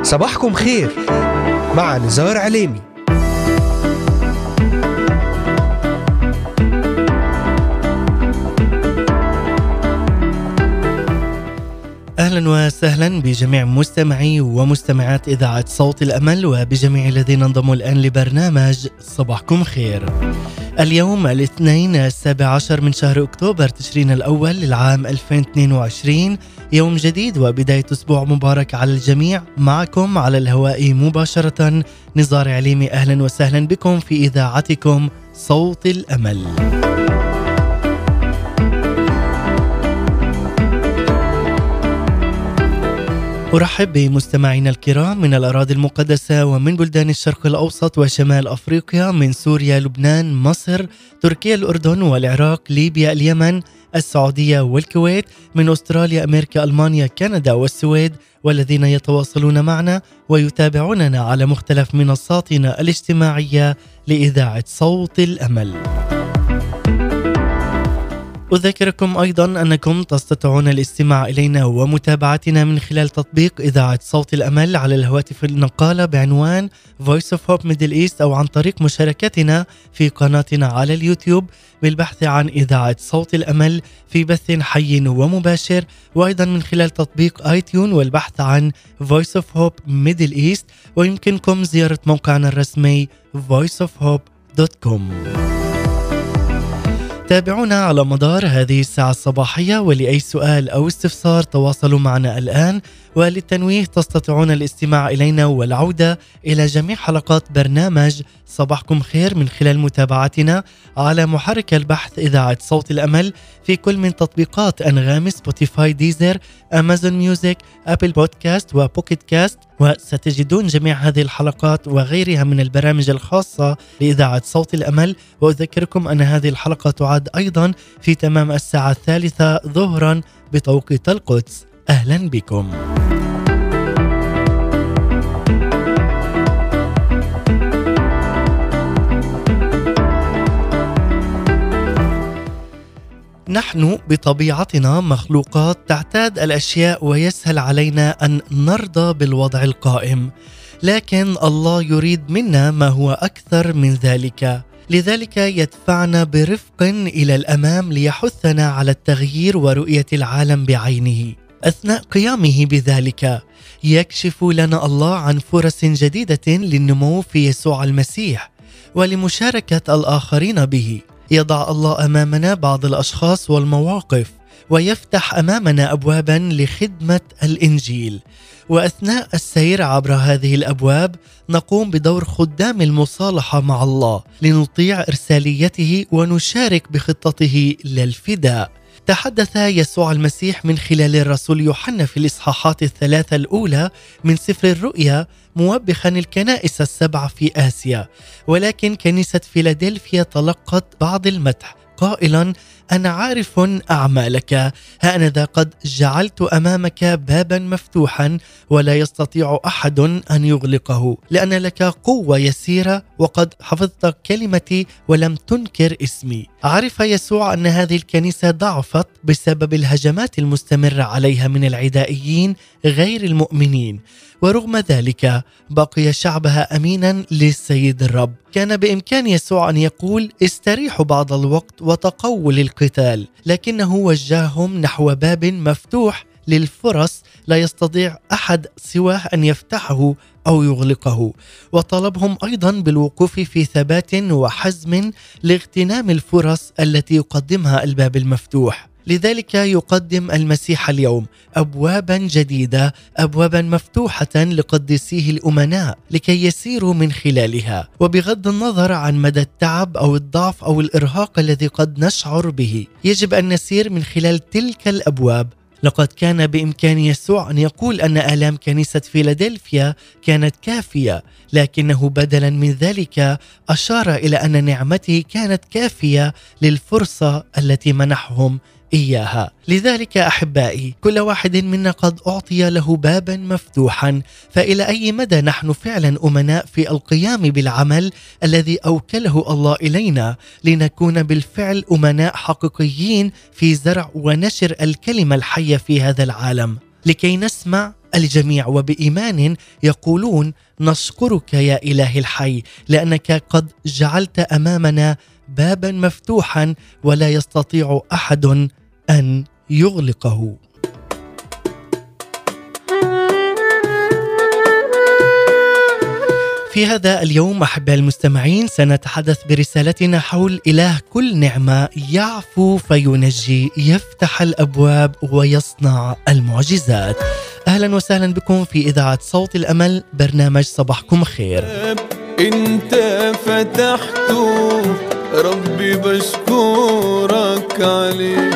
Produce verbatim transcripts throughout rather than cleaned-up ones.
صباحكم خير مع نزار عليمي. أهلا وسهلا بجميع مستمعي ومستمعات إذاعة صوت الأمل وبجميع الذين انضموا الآن لبرنامج صباحكم خير. اليوم الاثنين السابع عشر من شهر أكتوبر تشرين الأول للعام ألفين واثنين وعشرين، يوم جديد وبداية أسبوع مبارك على الجميع. معكم على الهواء مباشرة نزار عليمي، أهلا وسهلا بكم في إذاعتكم صوت الأمل. أرحب بمستمعينا الكرام من الأراضي المقدسة ومن بلدان الشرق الأوسط وشمال أفريقيا، من سوريا، لبنان، مصر، تركيا، الأردن والعراق، ليبيا، اليمن، السعودية والكويت، من أستراليا، أمريكا، ألمانيا، كندا والسويد، والذين يتواصلون معنا ويتابعوننا على مختلف منصاتنا الاجتماعية لإذاعة صوت الأمل. أذكركم أيضا أنكم تستطيعون الاستماع إلينا ومتابعتنا من خلال تطبيق إذاعة صوت الأمل على الهواتف النقالة بعنوان Voice of Hope Middle East، أو عن طريق مشاركتنا في قناتنا على اليوتيوب بالبحث عن إذاعة صوت الأمل في بث حي ومباشر، وأيضا من خلال تطبيق آيتيون والبحث عن Voice of Hope Middle East. ويمكنكم زيارة موقعنا الرسمي voice of hope دوت كوم. تابعونا على مدار هذه الساعة الصباحية، ولأي سؤال أو استفسار تواصلوا معنا الآن. وللتنويه تستطيعون الاستماع إلينا والعودة إلى جميع حلقات برنامج صباحكم خير من خلال متابعتنا على محرك البحث إذاعة صوت الأمل في كل من تطبيقات أنغامي، سبوتيفاي، ديزر، أمازون ميوزك، أبل بودكاست وبوكيت كاست. وستجدون جميع هذه الحلقات وغيرها من البرامج الخاصة بإذاعة صوت الأمل. وأذكركم أن هذه الحلقة تعاد أيضا في تمام الساعة الثالثة ظهرا بتوقيت القدس. أهلا بكم. نحن بطبيعتنا مخلوقات تعتاد الأشياء ويسهل علينا أن نرضى بالوضع القائم، لكن الله يريد منا ما هو أكثر من ذلك. لذلك يدفعنا برفق إلى الأمام ليحثنا على التغيير ورؤية العالم بعينه. أثناء قيامه بذلك يكشف لنا الله عن فرص جديدة للنمو في يسوع المسيح ولمشاركة الآخرين به. يضع الله أمامنا بعض الأشخاص والمواقف ويفتح أمامنا أبوابا لخدمة الإنجيل، وأثناء السير عبر هذه الأبواب نقوم بدور خدام المصالحة مع الله لنطيع إرساليته ونشارك بخطته للفداء. تحدث يسوع المسيح من خلال الرسول يوحنا في الإصحاحات الثلاثة الأولى من سفر الرؤيا موبخا الكنائس السبع في آسيا، ولكن كنيسة فيلادلفيا تلقت بعض المدح قائلا: أنا عارف أعمالك، هانذا قد جعلت أمامك بابا مفتوحا ولا يستطيع أحد أن يغلقه، لأن لك قوة يسيرة وقد حفظت كلمتي ولم تنكر اسمي. عرف يسوع أن هذه الكنيسة ضعفت بسبب الهجمات المستمرة عليها من العدائيين غير المؤمنين، ورغم ذلك بقي شعبها أمينا للسيد الرب. كان بإمكان يسوع أن يقول: استريحوا بعض الوقت وتقووا للقتال، لكنه وجههم نحو باب مفتوح للفرص لا يستطيع أحد سواه أن يفتحه أو يغلقه، وطلبهم أيضا بالوقوف في ثبات وحزم لاغتنام الفرص التي يقدمها الباب المفتوح. لذلك يقدم المسيح اليوم أبوابا جديدة، أبوابا مفتوحة لقديسيه الأمناء لكي يسيروا من خلالها، وبغض النظر عن مدى التعب أو الضعف أو الإرهاق الذي قد نشعر به يجب أن نسير من خلال تلك الأبواب. لقد كان بإمكان يسوع أن يقول أن آلام كنيسة فيلادلفيا كانت كافية، لكنه بدلا من ذلك أشار إلى أن نعمته كانت كافية للفرصة التي منحهم إياها. لذلك أحبائي، كل واحد منا قد أعطي له بابا مفتوحا، فإلى أي مدى نحن فعلا أمناء في القيام بالعمل الذي أوكله الله إلينا لنكون بالفعل أمناء حقيقيين في زرع ونشر الكلمة الحية في هذا العالم، لكي نسمع الجميع وبإيمان يقولون نشكرك يا إله الحي لأنك قد جعلت أمامنا بابا مفتوحا ولا يستطيع أحد أن يغلقه. في هذا اليوم أحباء المستمعين سنتحدث برسالتنا حول إله كل نعمة، يعفو فينجي، يفتح الأبواب ويصنع المعجزات. أهلا وسهلا بكم في إذاعة صوت الأمل، برنامج صباحكم خير. انت فتحته ربي بشكرك عليه،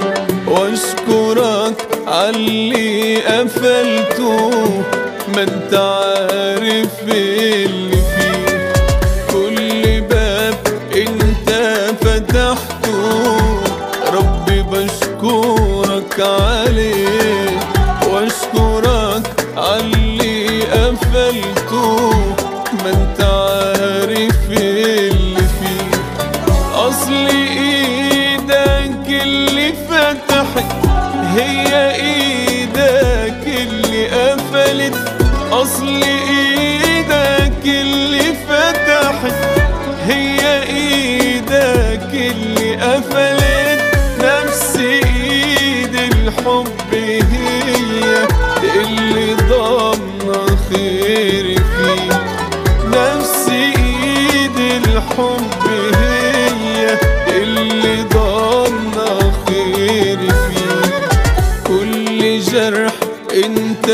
واشكرك عاللي قفلته، ما انت عارف اللي فيه. كل باب انت فتحته ربي بشكرك عليه، واشكرك عاللي قفلته، ما انت عارف اللي فيه. اصل ايدك اللي فتحت هي ايدك اللي قفلت، اصل ايدك اللي فتحت هي ايدك اللي قفلت. نفس ايد الحب هي اللي ضامنة خير فيه، نفس ايد الحب هي اللي ضامنة خير فيه. كل جرح انت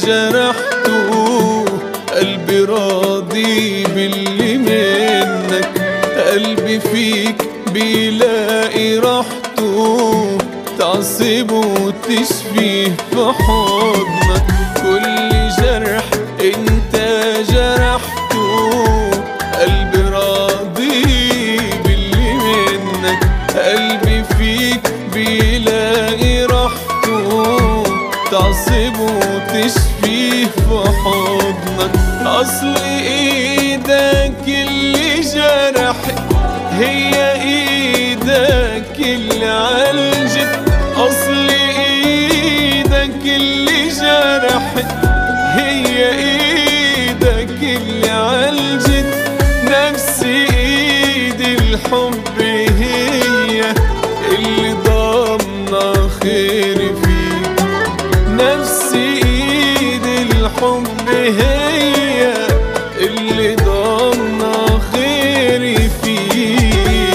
جرحته قلبي راضي باللي منك، قلبي فيك بيلاقي راحته، تعصبه وتشفيه في حضنك. كل جرح انت جرحته قلبي راضي باللي منك، قلبي فيك بيلاقي راحته، تعصبه وتشفيه في حضنك. اصل ايدك اللي جرحت هي ايدك اللي عالجت، اصل ايدك اللي جرحت هي ايدك اللي عالجت. نفس ايد الحب هي اللي ضامنة خير فيه، نفس ايد الحب هي اللي ضامنة خير فيه.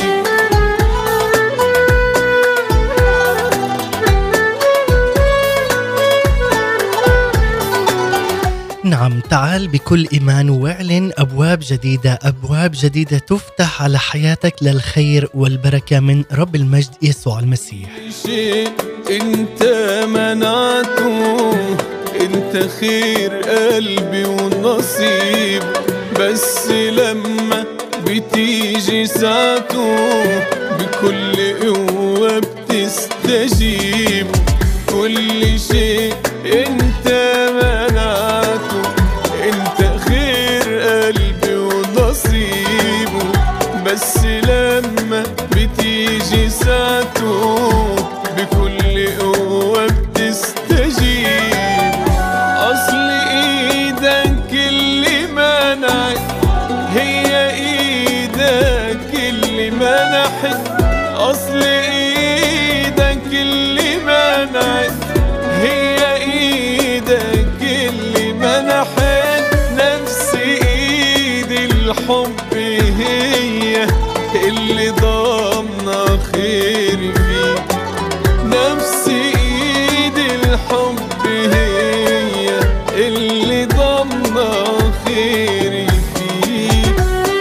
نعم، تعال بكل إيمان واعلن أبواب جديدة، أبواب جديدة تفتح على حياتك للخير والبركة من رب المجد يسوع المسيح. شيء انت منعته، انت خير قلبي ونصيب، بس لما بتيجي ساعته بكل قوة بتستجيب. كل شيء انت منعته، انت خير قلبي ونصيبه، بس لما بتيجي ساعته بكل قوة بتستجيب. اصل ايدك اللي منعت هي ايدك اللي منحت، اصل ايدك اللي منعت هي ايدك اللي منحت. نفس ايد الحب هي اللي ضامنة خير فيك، نفس ايد الحب هي اللي ضامنة خير فيك.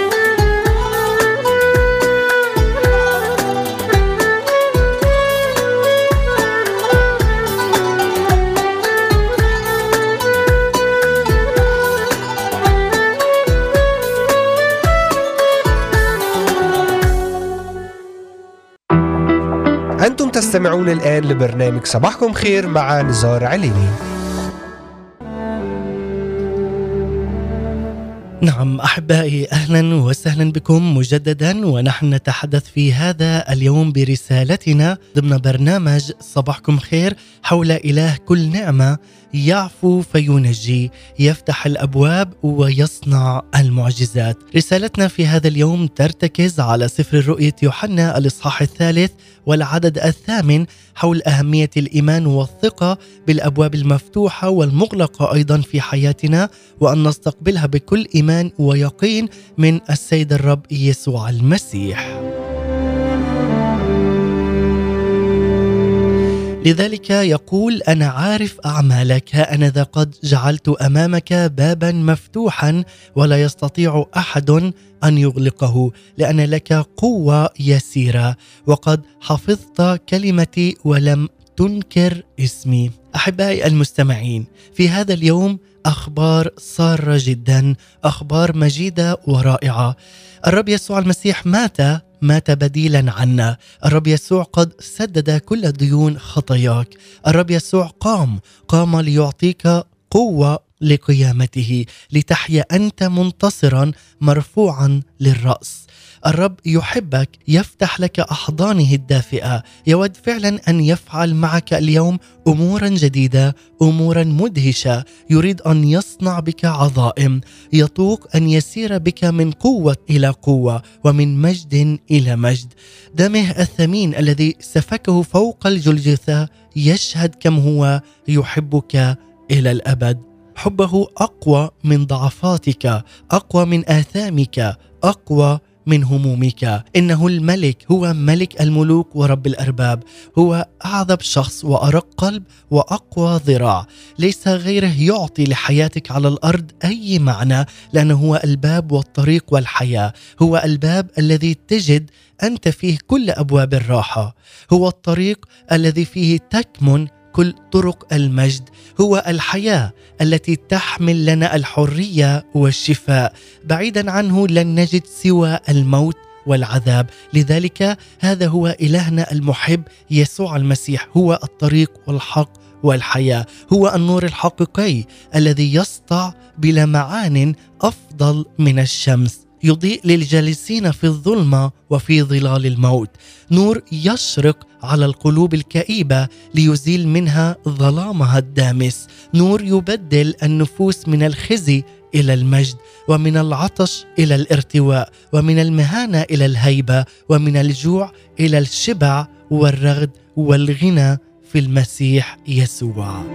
أنتم تستمعون الآن لبرنامج صباحكم خير مع نزار عليني. نعم أحبائي، أهلا وسهلا بكم مجددا، ونحن نتحدث في هذا اليوم برسالتنا ضمن برنامج صباحكم خير حول إله كل نعمة، يعفو فينجي، يفتح الأبواب ويصنع المعجزات. رسالتنا في هذا اليوم ترتكز على سفر الرؤية يوحنا الإصحاح الثالث والعدد الثامن حول أهمية الإيمان والثقة بالأبواب المفتوحة والمغلقة أيضا في حياتنا، وأن نستقبلها بكل إيمان ويقين من السيد الرب يسوع المسيح. لذلك يقول: أنا عارف أعمالك، ها أنا ذا قد جعلت أمامك بابا مفتوحا ولا يستطيع أحد أن يغلقه، لأن لك قوة يسيرة وقد حفظت كلمتي ولم تنكر اسمي. أحبائي المستمعين، في هذا اليوم أخبار سارة جدا، أخبار مجيدة ورائعة. الرب يسوع المسيح مات مات بديلا عنا. الرب يسوع قد سدد كل ديون خطاياك. الرب يسوع قام قام ليعطيك قوة لقيامته، لتحيا أنت منتصرا مرفوعا للرأس. الرب يحبك، يفتح لك أحضانه الدافئة، يود فعلا أن يفعل معك اليوم أمورا جديدة، أمورا مدهشة. يريد أن يصنع بك عظائم، يطوق أن يسير بك من قوة إلى قوة ومن مجد إلى مجد. دمه الثمين الذي سفكه فوق الجلجثة يشهد كم هو يحبك إلى الأبد. حبه أقوى من ضعفاتك، أقوى من آثامك، أقوى من همومك. إنه الملك، هو ملك الملوك ورب الأرباب، هو أعذب شخص وأرق قلب وأقوى ذراع. ليس غيره يعطي لحياتك على الأرض أي معنى، لأنه هو الباب والطريق والحياة. هو الباب الذي تجد أنت فيه كل أبواب الراحة، هو الطريق الذي فيه تكمن كل طرق المجد، هو الحياة التي تحمل لنا الحرية والشفاء. بعيدا عنه لن نجد سوى الموت والعذاب. لذلك هذا إله إلهنا المحب يسوع المسيح، هو الطريق والحق والحياة، هو النور الحقيقي الذي يسطع بلمعان أفضل من الشمس، يضيء للجالسين في الظلمة وفي ظلال الموت. نور يشرق على القلوب الكئيبة ليزيل منها ظلامها الدامس. نور يبدل النفوس من الخزي إلى المجد، ومن العطش إلى الارتواء، ومن المهانة إلى الهيبة، ومن الجوع إلى الشبع والرغد والغنى في المسيح يسوع.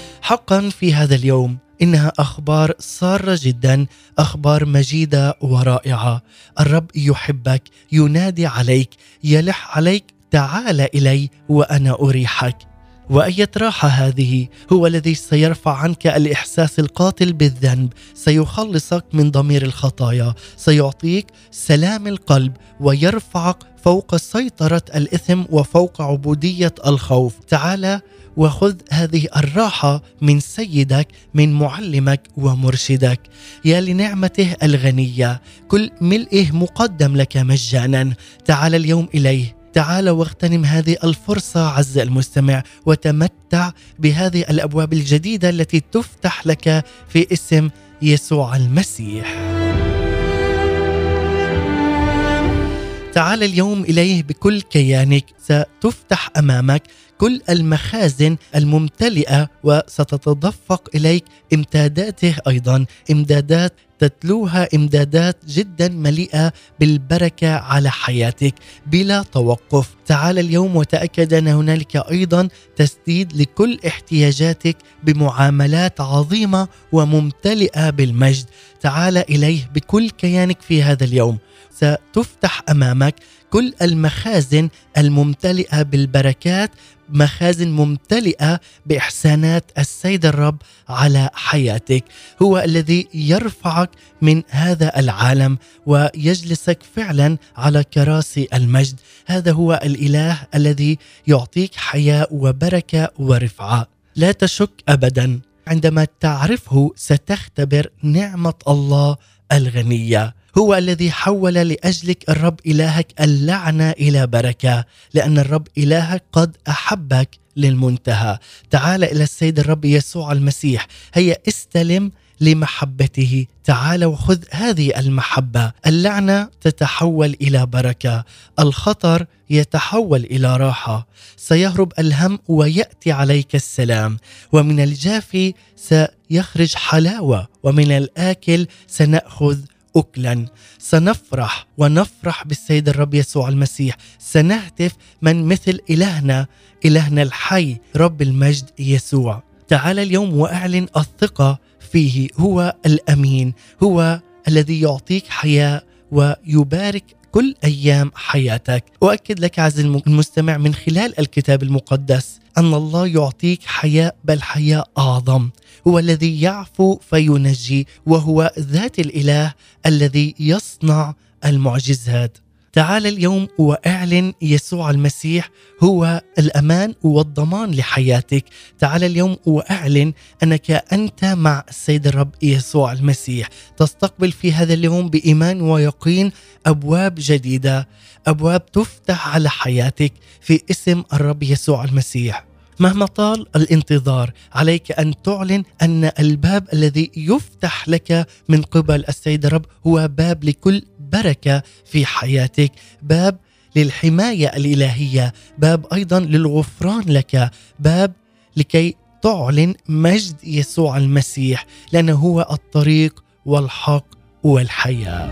حقا في هذا اليوم إنها أخبار سارة جدا، أخبار مجيدة ورائعة. الرب يحبك، ينادي عليك، يلح عليك: تعال إلي وأنا أريحك. وأية راحة هذه؟ هو الذي سيرفع عنك الإحساس القاتل بالذنب، سيخلصك من ضمير الخطايا، سيعطيك سلام القلب ويرفعك فوق سيطرة الإثم وفوق عبودية الخوف. تعال وخذ هذه الراحة من سيدك، من معلمك ومرشدك. يا لنعمته الغنية، كل ملئه مقدم لك مجانا. تعال اليوم إليه، تعال واغتنم هذه الفرصة عز المستمع، وتمتع بهذه الأبواب الجديدة التي تفتح لك في اسم يسوع المسيح. تعال اليوم إليه بكل كيانك، ستفتح أمامك كل المخازن الممتلئة، وستتدفق إليك إمداداته أيضا، إمدادات تتلوها، إمدادات جدا مليئة بالبركة على حياتك بلا توقف. تعال اليوم وتأكد أن هنالك أيضا تسديد لكل احتياجاتك بمعاملات عظيمة وممتلئة بالمجد. تعال إليه بكل كيانك في هذا اليوم، ستفتح أمامك كل المخازن الممتلئة بالبركات، مخازن ممتلئة بإحسانات السيد الرب على حياتك. هو الذي يرفعك من هذا العالم ويجلسك فعلا على كراسي المجد. هذا هو الإله الذي يعطيك حياة وبركة ورفعة. لا تشك أبدا، عندما تعرفه ستختبر نعمة الله الغنية. هو الذي حول لأجلك الرب إلهك اللعنة إلى بركة، لأن الرب إلهك قد أحبك للمنتهى. تعال إلى السيد الرب يسوع المسيح، هيا استلم لمحبته. تعال وخذ هذه المحبة. اللعنة تتحول إلى بركة، الخطر يتحول إلى راحة، سيهرب الهم ويأتي عليك السلام، ومن الجافي سيخرج حلاوة، ومن الآكل سنأخذ أكلا. سنفرح ونفرح بالسيد الرب يسوع المسيح، سنهتف من مثل إلهنا، إلهنا الحي رب المجد يسوع. تعال اليوم وأعلن الثقة فيه، هو الأمين، هو الذي يعطيك حياة ويبارك كل أيام حياتك. أؤكد لك عزيزي المستمع من خلال الكتاب المقدس أن الله يعطيك حياة، بل حياة أعظم. هو الذي يعفو فينجي، وهو ذات الإله الذي يصنع المعجزات. تعال اليوم وأعلن يسوع المسيح هو الأمان والضمان لحياتك. تعال اليوم وأعلن أنك أنت مع السيد الرب يسوع المسيح. تستقبل في هذا اليوم بإيمان ويقين أبواب جديدة، أبواب تفتح على حياتك في اسم الرب يسوع المسيح. مهما طال الانتظار عليك أن تعلن أن الباب الذي يفتح لك من قبل السيد الرب هو باب لكل بركة في حياتك، باب للحماية الإلهية، باب أيضا للغفران لك، باب لكي تعلن مجد يسوع المسيح، لأنه هو الطريق والحق والحياة.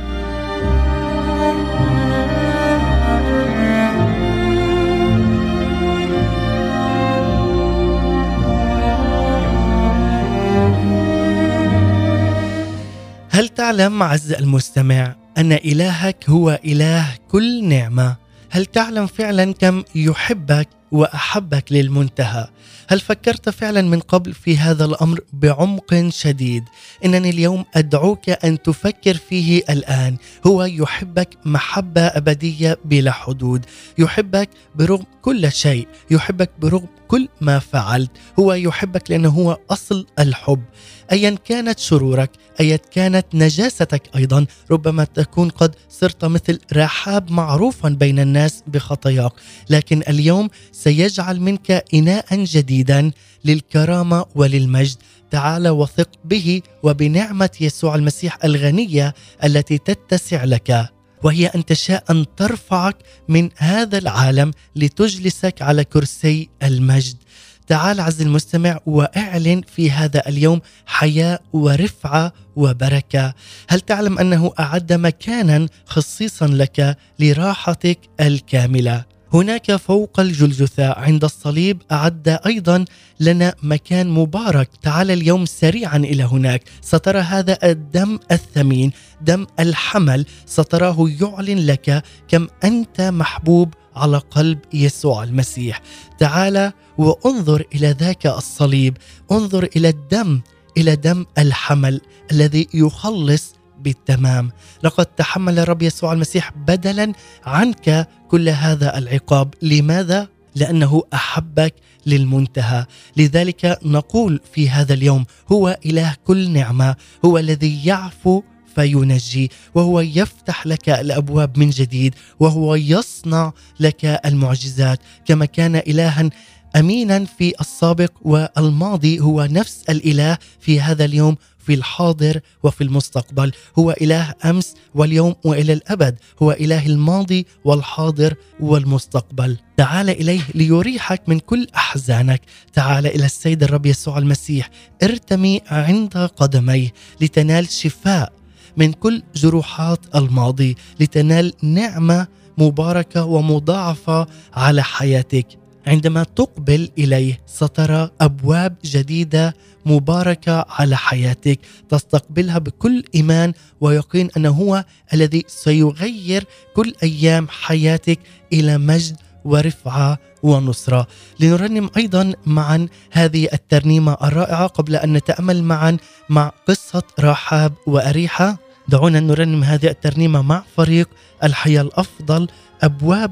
هل تعلم عز المستمع أن إلهك هو إله كل نعمة؟ هل تعلم فعلا كم يحبك وأحبك للمنتهى؟ هل فكرت فعلا من قبل في هذا الأمر بعمق شديد؟ إنني اليوم أدعوك أن تفكر فيه الآن. هو يحبك محبة أبدية بلا حدود، يحبك برغم كل شيء، يحبك برغم كل ما فعلت. هو يحبك لأنه هو أصل الحب. أيا كانت شرورك، أيا كانت نجاستك، أيضا ربما تكون قد صرت مثل رحاب معروفا بين الناس بخطاياك، لكن اليوم سيجعل منك إناء جديدا للكرامة وللمجد. تعال وثق به وبنعمة يسوع المسيح الغنية التي تتسع لك، وهي أن تشاء أن ترفعك من هذا العالم لتجلسك على كرسي المجد. تعال عز المستمع وأعلن في هذا اليوم حياة ورفعة وبركة. هل تعلم أنه أعد مكانا خصيصا لك لراحتك الكاملة؟ هناك فوق الجلجثة عند الصليب أعد أيضا لنا مكان مبارك. تعال اليوم سريعا إلى هناك، سترى هذا الدم الثمين، دم الحمل، ستراه يعلن لك كم أنت محبوب على قلب يسوع المسيح. تعال وانظر إلى ذاك الصليب، انظر إلى الدم، إلى دم الحمل الذي يخلص بالتمام. لقد تحمل الرب يسوع المسيح بدلا عنك كل هذا العقاب. لماذا؟ لأنه أحبك للمنتهى. لذلك نقول في هذا اليوم هو إله كل نعمة، هو الذي يعفو فينجي، وهو يفتح لك الأبواب من جديد، وهو يصنع لك المعجزات. كما كان إلها أمينا في السابق والماضي، هو نفس الإله في هذا اليوم، في الحاضر وفي المستقبل. هو إله أمس واليوم وإلى الأبد، هو إله الماضي والحاضر والمستقبل. تعال إليه ليريحك من كل أحزانك. تعال إلى السيد الرب يسوع المسيح، ارتمي عند قدميه لتنال شفاء من كل جروحات الماضي، لتنال نعمة مباركة ومضاعفة على حياتك. عندما تقبل إليه سترى أبواب جديدة مباركة على حياتك، تستقبلها بكل إيمان ويقين أنه هو الذي سيغير كل أيام حياتك إلى مجد ورفعة ونصرة. لنرنم أيضا معا هذه الترنيمة الرائعة قبل أن نتأمل معا مع قصة رحاب وأريحة. دعونا نرنم هذه الترنيمة مع فريق الحياة الأفضل. أبوابك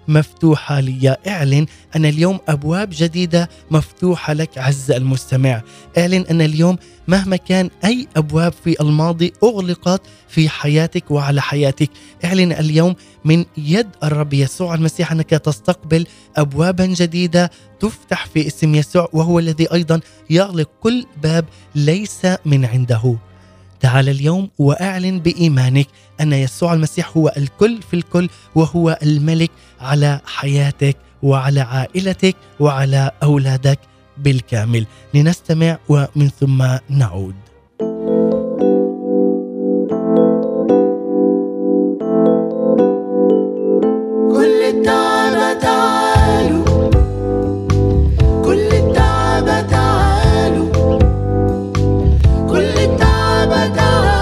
مفتوحة لي. اعلن أن اليوم أبواب جديدة مفتوحة لك عز المستمع. اعلن أن اليوم مهما كان أي أبواب في الماضي أغلقت في حياتك وعلى حياتك، اعلن اليوم من يد الرب يسوع المسيح أنك تستقبل أبوابا جديدة تفتح في اسم يسوع، وهو الذي أيضا يغلق كل باب ليس من عنده. تعال اليوم واعلن بإيمانك أن يسوع المسيح هو الكل في الكل، وهو الملك على حياتك وعلى عائلتك وعلى أولادك بالكامل. لنستمع ومن ثم نعود. كل التعب تعالوا، كل التعب تعالوا، كل التعب تعالوا.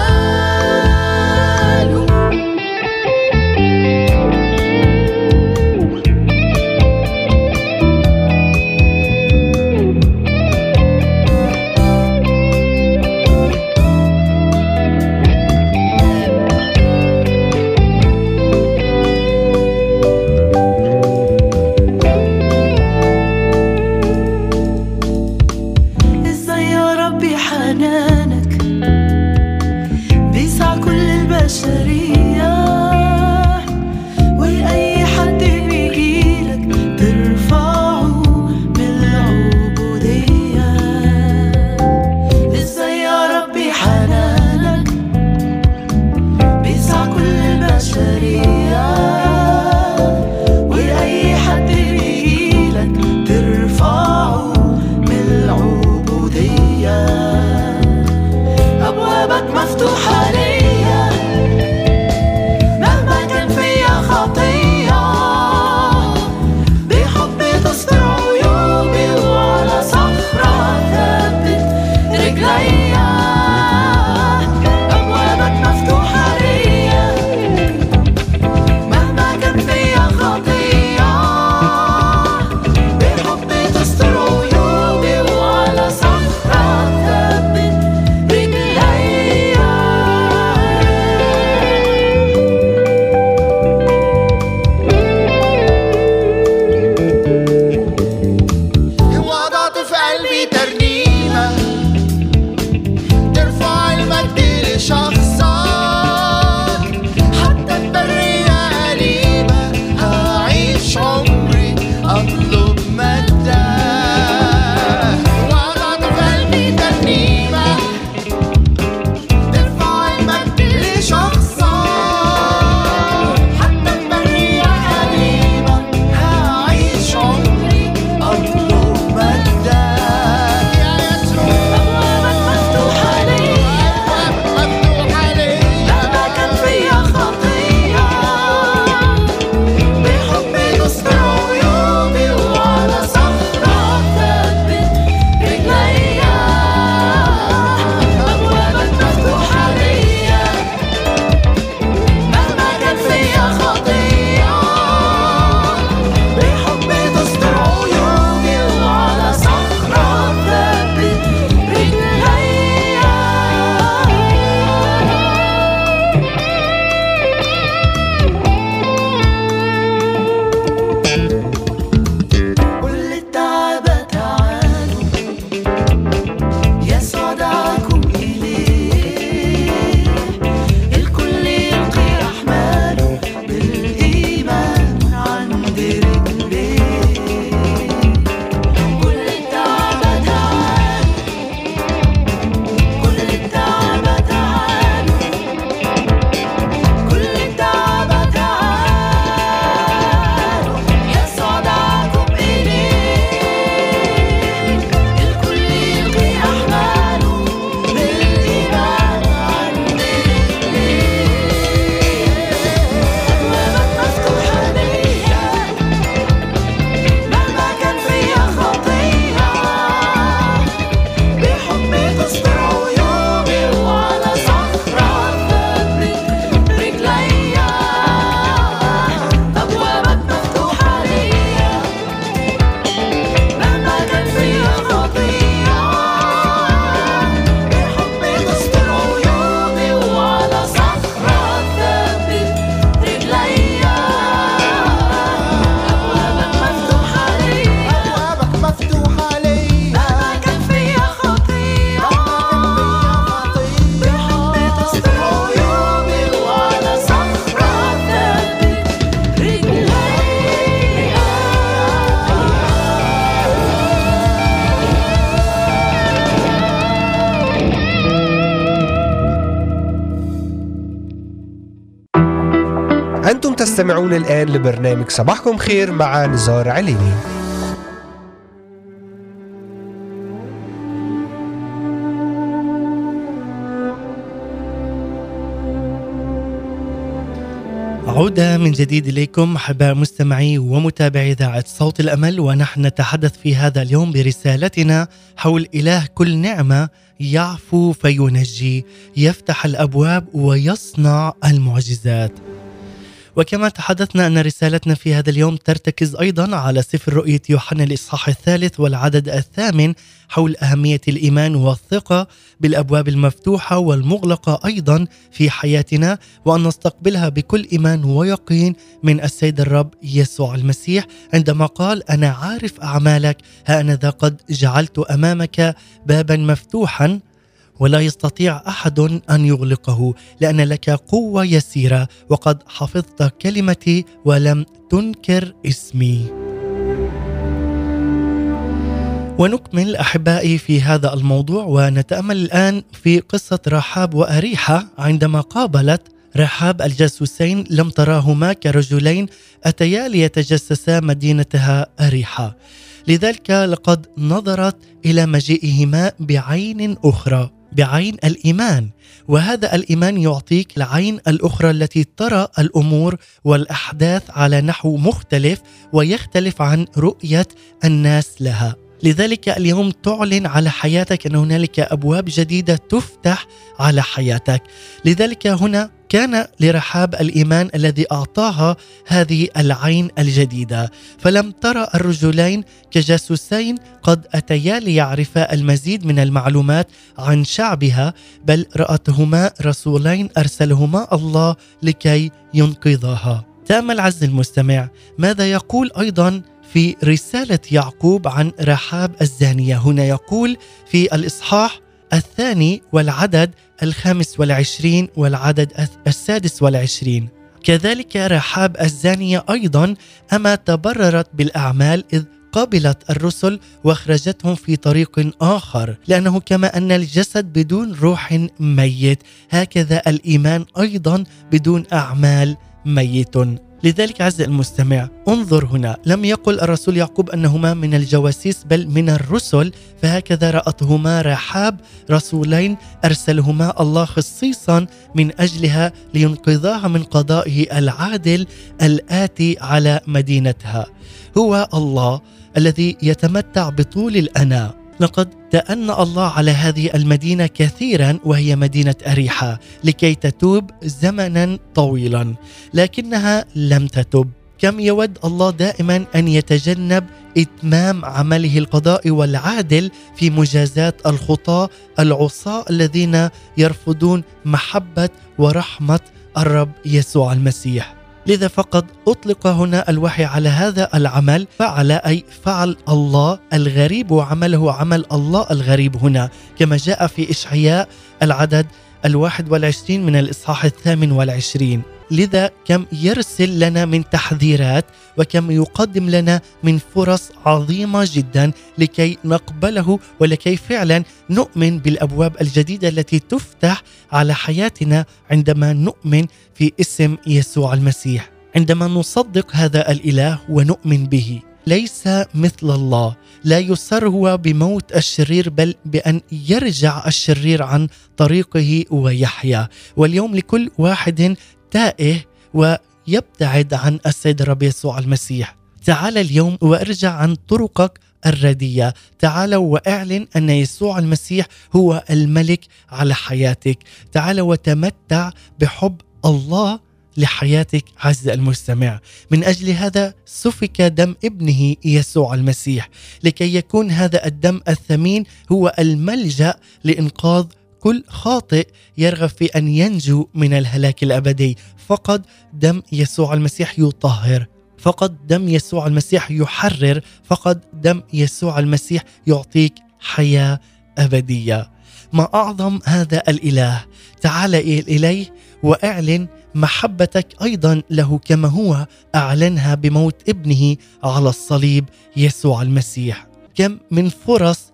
تستمعون الآن لبرنامج صباحكم خير مع نزار عليني. عودة من جديد إليكم أحباء مستمعي ومتابعي إذاعة صوت الأمل، ونحن نتحدث في هذا اليوم برسالتنا حول إله كل نعمة، يعفو فينجي، يفتح الأبواب ويصنع المعجزات. وكما تحدثنا أن رسالتنا في هذا اليوم ترتكز أيضا على سفر رؤية يوحنا الإصحاح الثالث والعدد الثامن حول أهمية الإيمان والثقة بالأبواب المفتوحة والمغلقة أيضا في حياتنا، وأن نستقبلها بكل إيمان ويقين من السيد الرب يسوع المسيح عندما قال: أنا عارف أعمالك، ها أنا ذا قد جعلت أمامك بابا مفتوحا ولا يستطيع أحد أن يغلقه، لأن لك قوة يسيرة وقد حفظت كلمتي ولم تنكر اسمي. ونكمل أحبائي في هذا الموضوع ونتأمل الآن في قصة رحاب وأريحة. عندما قابلت رحاب الجاسوسين لم تراهما كرجلين أتيا ليتجسسا مدينتها أريحة، لذلك لقد نظرت إلى مجيئهما بعين أخرى، بعين الإيمان. وهذا الإيمان يعطيك العين الأخرى التي ترى الأمور والأحداث على نحو مختلف ويختلف عن رؤية الناس لها. لذلك اليوم تعلن على حياتك أن هنالك أبواب جديدة تفتح على حياتك. لذلك هنا كان لرحاب الإيمان الذي أعطاها هذه العين الجديدة، فلم ترى الرجلين كجاسوسين قد أتيا ليعرفا المزيد من المعلومات عن شعبها، بل رأتهما رسولين أرسلهما الله لكي ينقذها. تأمل عز المستمع ماذا يقول أيضا في رسالة يعقوب عن رحاب الزانية. هنا يقول في الإصحاح الثاني والعدد الخامس والعشرين والعدد السادس والعشرين: كذلك رحاب الزانية أيضا أما تبررت بالأعمال إذ قابلت الرسل واخرجتهم في طريق آخر، لأنه كما أن الجسد بدون روح ميت، هكذا الإيمان أيضا بدون أعمال ميت. لذلك عز المستمع انظر هنا، لم يقل الرسول يعقوب أنهما من الجواسيس بل من الرسل، فهكذا رأتهما رحاب رسولين أرسلهما الله خصيصا من أجلها لينقذاها من قضائه العادل الآتي على مدينتها. هو الله الذي يتمتع بطول الأناة. لقد تأنى الله على هذه المدينة كثيرا وهي مدينة أريحة لكي تتوب زمنا طويلا، لكنها لم تتب. كم يود الله دائما أن يتجنب إتمام عمله القضاء والعادل في مجازات الخطاة العصاة الذين يرفضون محبة ورحمة الرب يسوع المسيح. لذا فقد أطلق هنا الوحي على هذا العمل، فعل أي فعل الله الغريب، وعمله عمل الله الغريب هنا كما جاء في إشعياء العدد الواحد والعشرين من الإصحاح الثامن والعشرين. لذا كم يرسل لنا من تحذيرات وكم يقدم لنا من فرص عظيمة جدا لكي نقبله ولكي فعلا نؤمن بالأبواب الجديدة التي تفتح على حياتنا عندما نؤمن في اسم يسوع المسيح، عندما نصدق هذا الإله ونؤمن به. ليس مثل الله، لا يسر هو بموت الشرير بل بأن يرجع الشرير عن طريقه ويحيا. واليوم لكل واحد تائه ويبتعد عن السيد الرب يسوع المسيح، تعال اليوم وارجع عن طرقك الردية، تعال واعلن أن يسوع المسيح هو الملك على حياتك، تعال وتمتع بحب الله لحياتك عز المستمع. من أجل هذا سفك دم ابنه يسوع المسيح، لكي يكون هذا الدم الثمين هو الملجأ لإنقاذ كل خاطئ يرغب في أن ينجو من الهلاك الأبدي. فقط دم يسوع المسيح يطهر، فقط دم يسوع المسيح يحرر، فقط دم يسوع المسيح يعطيك حياة أبدية. ما أعظم هذا الإله. تعال إليه وأعلن محبتك أيضا له كما هو أعلنها بموت ابنه على الصليب يسوع المسيح. كم من فرص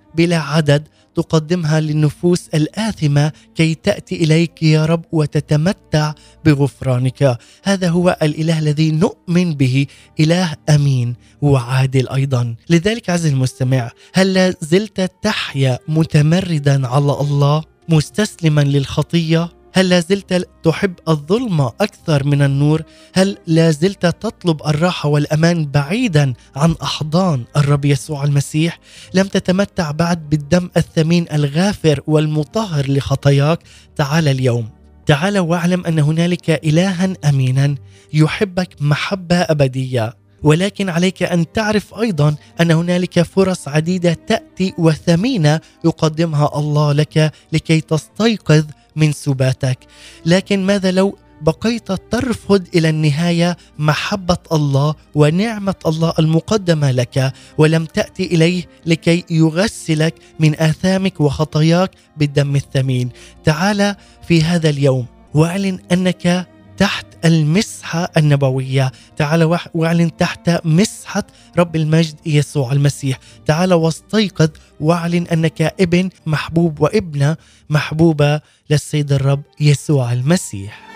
بلا عدد تقدمها للنفوس الآثمة كي تأتي إليك يا رب وتتمتع بغفرانك. هذا هو الإله الذي نؤمن به، إله أمين وعادل أيضا. لذلك عزيزي المستمع، هل لا زلت تحيا متمردا على الله مستسلما للخطية؟ هل لا زلت تحب الظلمة أكثر من النور؟ هل لا زلت تطلب الراحة والأمان بعيدا عن أحضان الرب يسوع المسيح؟ لم تتمتع بعد بالدم الثمين الغافر والمطهر لخطاياك؟ تعال اليوم، تعال واعلم أن هنالك إلها أمينا يحبك محبة أبدية، ولكن عليك أن تعرف أيضا أن هنالك فرص عديدة تأتي وثمينة يقدمها الله لك لكي تستيقظ من سباتك. لكن ماذا لو بقيت ترفض إلى النهاية محبة الله ونعمة الله المقدمة لك، ولم تأتي إليه لكي يغسلك من آثامك وخطاياك بالدم الثمين؟ تعال في هذا اليوم واعلن أنك تحت المسحة النبوية. تعال واعلن تحت مسحة رب المجد يسوع المسيح. تعال واستيقظ واعلن أنك ابن محبوب وابنة محبوبة للسيد الرب يسوع المسيح.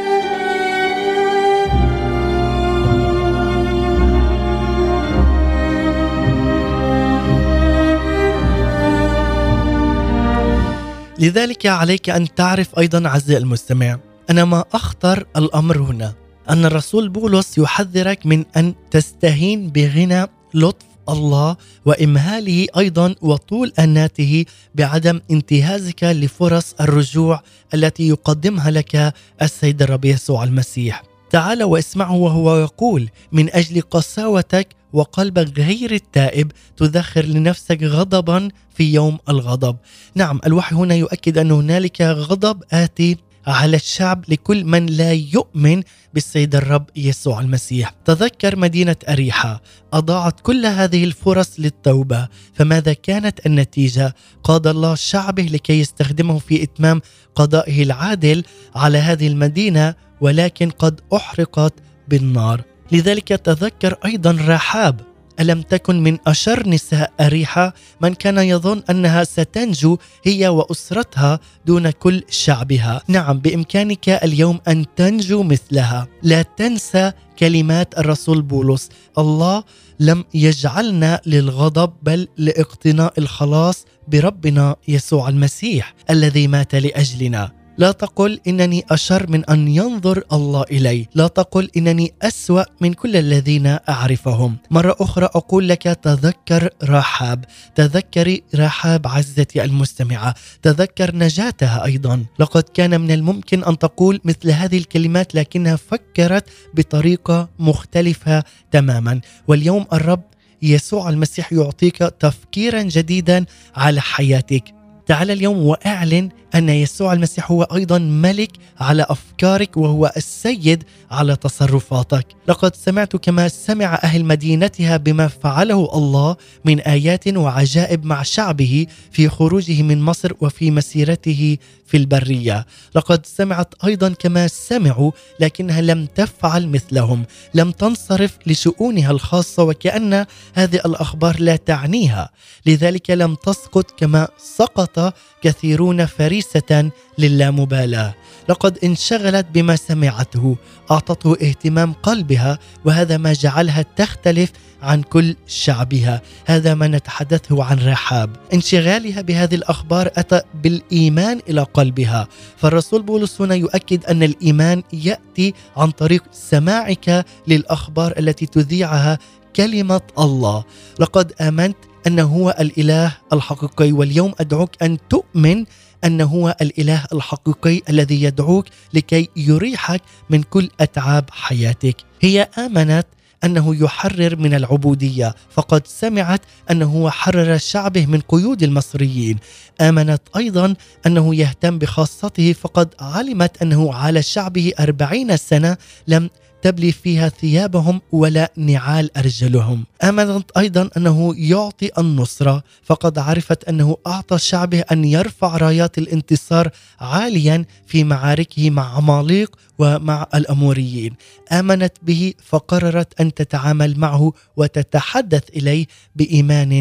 لذلك عليك أن تعرف أيضا عزيزي المستمع أن ما أخطر الأمر هنا أن الرسول بولس يحذرك من أن تستهين بغنى لطف الله وإمهاله أيضا وطول أناته بعدم انتهازك لفرص الرجوع التي يقدمها لك السيد الرب يسوع المسيح. تعال واسمعه وهو يقول: من أجل قساوتك وقلبك غير التائب تذخر لنفسك غضبا في يوم الغضب. نعم، الوحي هنا يؤكد أن هنالك غضب آتي على الشعب لكل من لا يؤمن بالسيد الرب يسوع المسيح. تذكر مدينة أريحة أضاعت كل هذه الفرص للتوبة، فماذا كانت النتيجة؟ قاد الله شعبه لكي يستخدمه في إتمام قضائه العادل على هذه المدينة، ولكن قد أحرقت بالنار. لذلك تذكر أيضا رحاب، ألم تكن من أشر نساء أريحة من كان يظن أنها ستنجو هي وأسرتها دون كل شعبها؟ نعم، بإمكانك اليوم أن تنجو مثلها. لا تنسى كلمات الرسول بولس: الله لم يجعلنا للغضب بل لاقتناء الخلاص بربنا يسوع المسيح الذي مات لأجلنا. لا تقل إنني أشر من أن ينظر الله إلي، لا تقل إنني أسوأ من كل الذين أعرفهم. مرة أخرى أقول لك: تذكر رحاب، تذكري رحاب عزتي المستمعة، تذكر نجاتها أيضا. لقد كان من الممكن أن تقول مثل هذه الكلمات لكنها فكرت بطريقة مختلفة تماما. واليوم الرب يسوع المسيح يعطيك تفكيرا جديدا على حياتك. تعال اليوم واعلن أن يسوع المسيح هو أيضا ملك على أفكارك وهو السيد على تصرفاتك. لقد سمعت كما سمع أهل مدينتها بما فعله الله من آيات وعجائب مع شعبه في خروجه من مصر وفي مسيرته في البرية. لقد سمعت أيضا كما سمعوا لكنها لم تفعل مثلهم، لم تنصرف لشؤونها الخاصة وكأن هذه الأخبار لا تعنيها. لذلك لم تسقط كما سقط كثيرون فريسة للامبالاة. لقد انشغلت بما سمعته، أعطته اهتمام قلبها، وهذا ما جعلها تختلف عن كل شعبها. هذا ما نتحدثه عن رحاب. انشغالها بهذه الأخبار أتى بالإيمان إلى قلبها. فالرسول بولس هنا يؤكد أن الإيمان يأتي عن طريق سماعك للأخبار التي تذيعها كلمة الله. لقد آمنت أنه هو الإله الحقيقي، واليوم أدعوك أن تؤمن أنه هو الإله الحقيقي الذي يدعوك لكي يريحك من كل أتعاب حياتك. هي آمنت أنه يحرر من العبودية، فقد سمعت أنه هو حرر شعبه من قيود المصريين. آمنت أيضا أنه يهتم بخاصته، فقد علمت أنه على شعبه أربعين سنة لم تبلي فيها ثيابهم ولا نعال أرجلهم. آمنت أيضا أنه يعطي النصرة، فقد عرفت أنه أعطى شعبه أن يرفع رايات الانتصار عاليا في معاركه مع عماليق ومع الأموريين. آمنت به فقررت أن تتعامل معه وتتحدث إليه بإيمان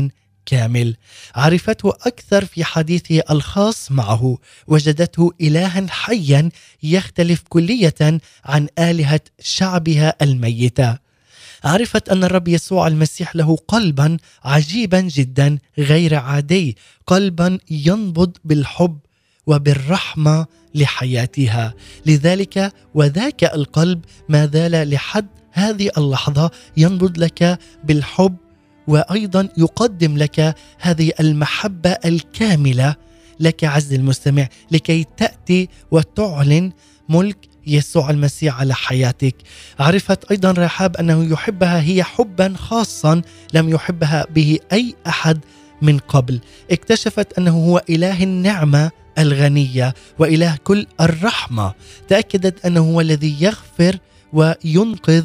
كامل. عرفته أكثر في حديثه الخاص معه، وجدته إلها حيا يختلف كلية عن آلهة شعبها الميتة. عرفت أن الرب يسوع المسيح له قلبا عجيبا جدا غير عادي، قلبا ينبض بالحب وبالرحمة لحياتها. لذلك وذاك القلب ما زال لحد هذه اللحظة ينبض لك بالحب، وأيضا يقدم لك هذه المحبة الكاملة لك عز المستمع، لكي تأتي وتعلن ملك يسوع المسيح على حياتك. عرفت أيضا رحاب أنه يحبها هي حبا خاصا لم يحبها به أي أحد من قبل. اكتشفت أنه هو إله النعمة الغنية وإله كل الرحمة. تأكدت أنه هو الذي يغفر وينقذ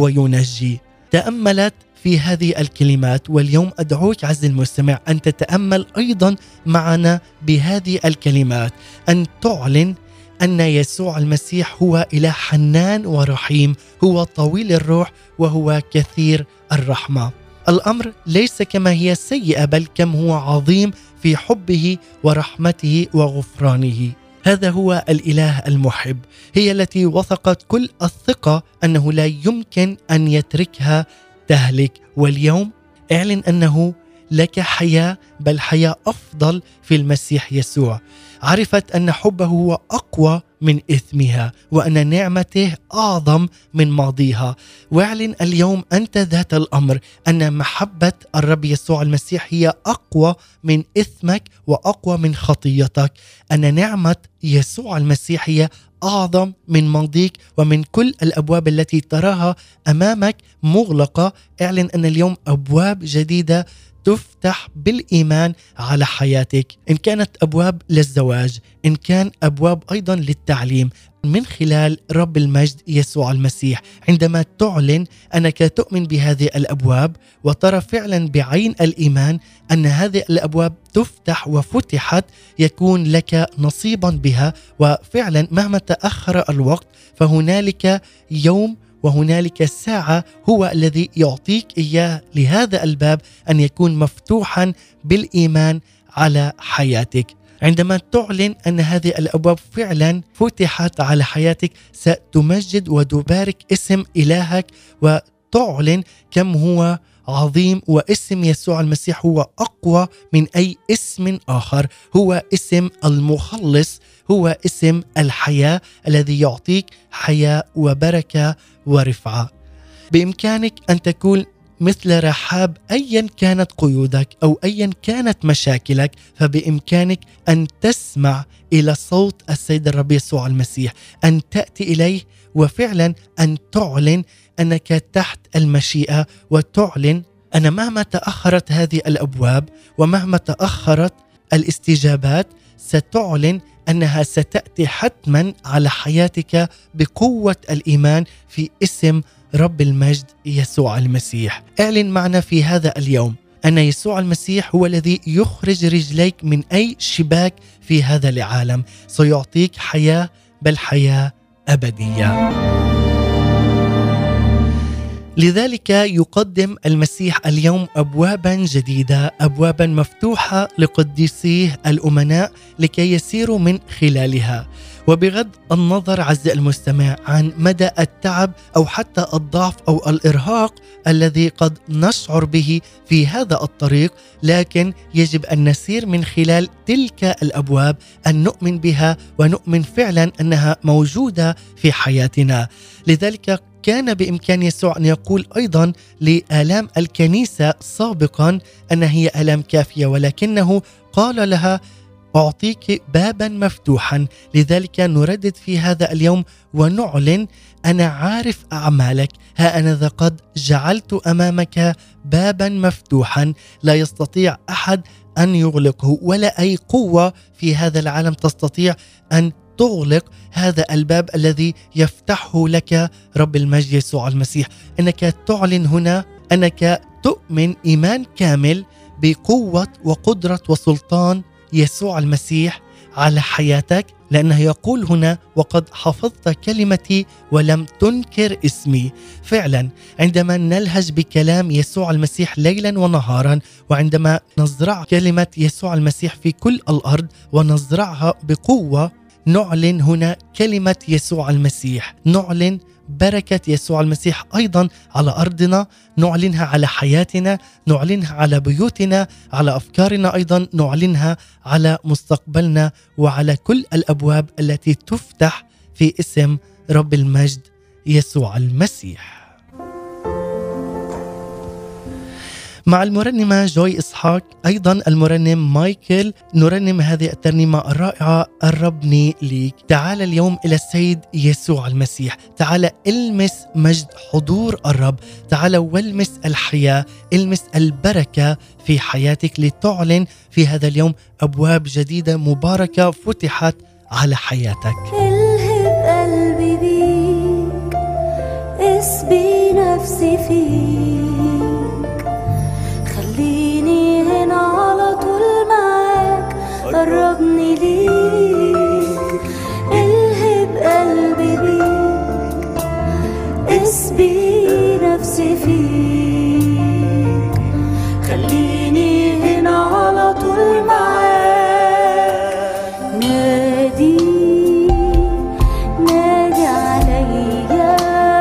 وينجي. تأملت في هذه الكلمات، واليوم أدعوك عز المستمع أن تتأمل أيضا معنا بهذه الكلمات، أن تعلن أن يسوع المسيح هو إله حنان ورحيم، هو طويل الروح وهو كثير الرحمة. الأمر ليس كما هي سيئة، بل كم هو عظيم في حبه ورحمته وغفرانه. هذا هو الإله المحب، هي التي وثقت كل الثقة أنه لا يمكن أن يتركها تهلك. واليوم اعلن أنه لك حياة، بل حياة أفضل في المسيح يسوع. عرفت أن حبه هو أقوى من إثمها، وأن نعمته أعظم من ماضيها. واعلن اليوم أنت ذات الأمر أن محبة الرب يسوع المسيح هي أقوى من إثمك وأقوى من خطيتك، أن نعمة يسوع المسيح هي أعظم من ماضيك ومن كل الأبواب التي تراها أمامك مغلقة. اعلن أن اليوم أبواب جديدة تفتح بالإيمان على حياتك، إن كانت أبواب للزواج، إن كان أبواب أيضا للتعليم، من خلال رب المجد يسوع المسيح. عندما تعلن أنك تؤمن بهذه الأبواب وترى فعلا بعين الإيمان أن هذه الأبواب تفتح وفتحت، يكون لك نصيبا بها. وفعلا مهما تأخر الوقت فهنالك يوم وهنالك ساعة هو الذي يعطيك إياه لهذا الباب أن يكون مفتوحا بالإيمان على حياتك. عندما تعلن أن هذه الأبواب فعلا فتحت على حياتك، ستمجد وتبارك اسم إلهك، وتعلن كم هو عظيم. واسم يسوع المسيح هو أقوى من أي اسم آخر، هو اسم المخلص، هو اسم الحياة الذي يعطيك حياة وبركة ورفعة. بإمكانك أن تكون مثل رحاب أيا كانت قيودك أو أيا كانت مشاكلك، فبإمكانك أن تسمع إلى صوت السيد الرب يسوع المسيح، أن تأتي إليه وفعلا أن تعلن أنك تحت المشيئة، وتعلن أن مهما تأخرت هذه الأبواب ومهما تأخرت الاستجابات ستعلن أنها ستأتي حتما على حياتك بقوة الإيمان في اسم رب المجد يسوع المسيح. اعلن معنا في هذا اليوم أن يسوع المسيح هو الذي يخرج رجليك من أي شباك في هذا العالم، سيعطيك حياة، بل حياة أبدية. لذلك يقدم المسيح اليوم أبوابا جديدة، أبوابا مفتوحة لقديسيه الأمناء لكي يسيروا من خلالها. وبغض النظر عز المستمع عن مدى التعب أو حتى الضعف أو الإرهاق الذي قد نشعر به في هذا الطريق، لكن يجب أن نسير من خلال تلك الأبواب، أن نؤمن بها ونؤمن فعلا أنها موجودة في حياتنا. لذلك كان بإمكان يسوع أن يقول أيضا لآلام الكنيسة سابقا أن هي آلام كافية، ولكنه قال لها أعطيك بابا مفتوحا. لذلك نردد في هذا اليوم ونعلن أنا عارف أعمالك، ها أنا ذا قد جعلت أمامك بابا مفتوحا لا يستطيع أحد أن يغلقه، ولا أي قوة في هذا العالم تستطيع أن تغلق هذا الباب الذي يفتحه لك رب المجد يسوع المسيح. أنك تعلن هنا أنك تؤمن إيمان كامل بقوة وقدرة وسلطان يسوع المسيح على حياتك، لأنه يقول هنا وقد حفظت كلمتي ولم تنكر اسمي. فعلا عندما نلهج بكلام يسوع المسيح ليلا ونهارا، وعندما نزرع كلمة يسوع المسيح في كل الأرض ونزرعها بقوة، نعلن هنا كلمة يسوع المسيح، نعلن بركة يسوع المسيح أيضا على أرضنا، نعلنها على حياتنا، نعلنها على بيوتنا، على أفكارنا، أيضا نعلنها على مستقبلنا وعلى كل الأبواب التي تفتح في اسم رب المجد يسوع المسيح. مع المرنمة جوي إسحاق، أيضا المرنم مايكل، نرنم هذه الترنيمة الرائعة قربني ليك. تعال اليوم إلى السيد يسوع المسيح، تعال المس مجد حضور الرب، تعال والمس الحياة، المس البركة في حياتك لتعلن في هذا اليوم أبواب جديدة مباركة فتحت على حياتك. الهب قلبي بيك، اسبي نفسي فيك، خليني هنا على طول معاك، قربني ليك. الهب قلبي بيك، اسبي نفسي فيك، خليني هنا على طول معاك. نادي نادي عليا،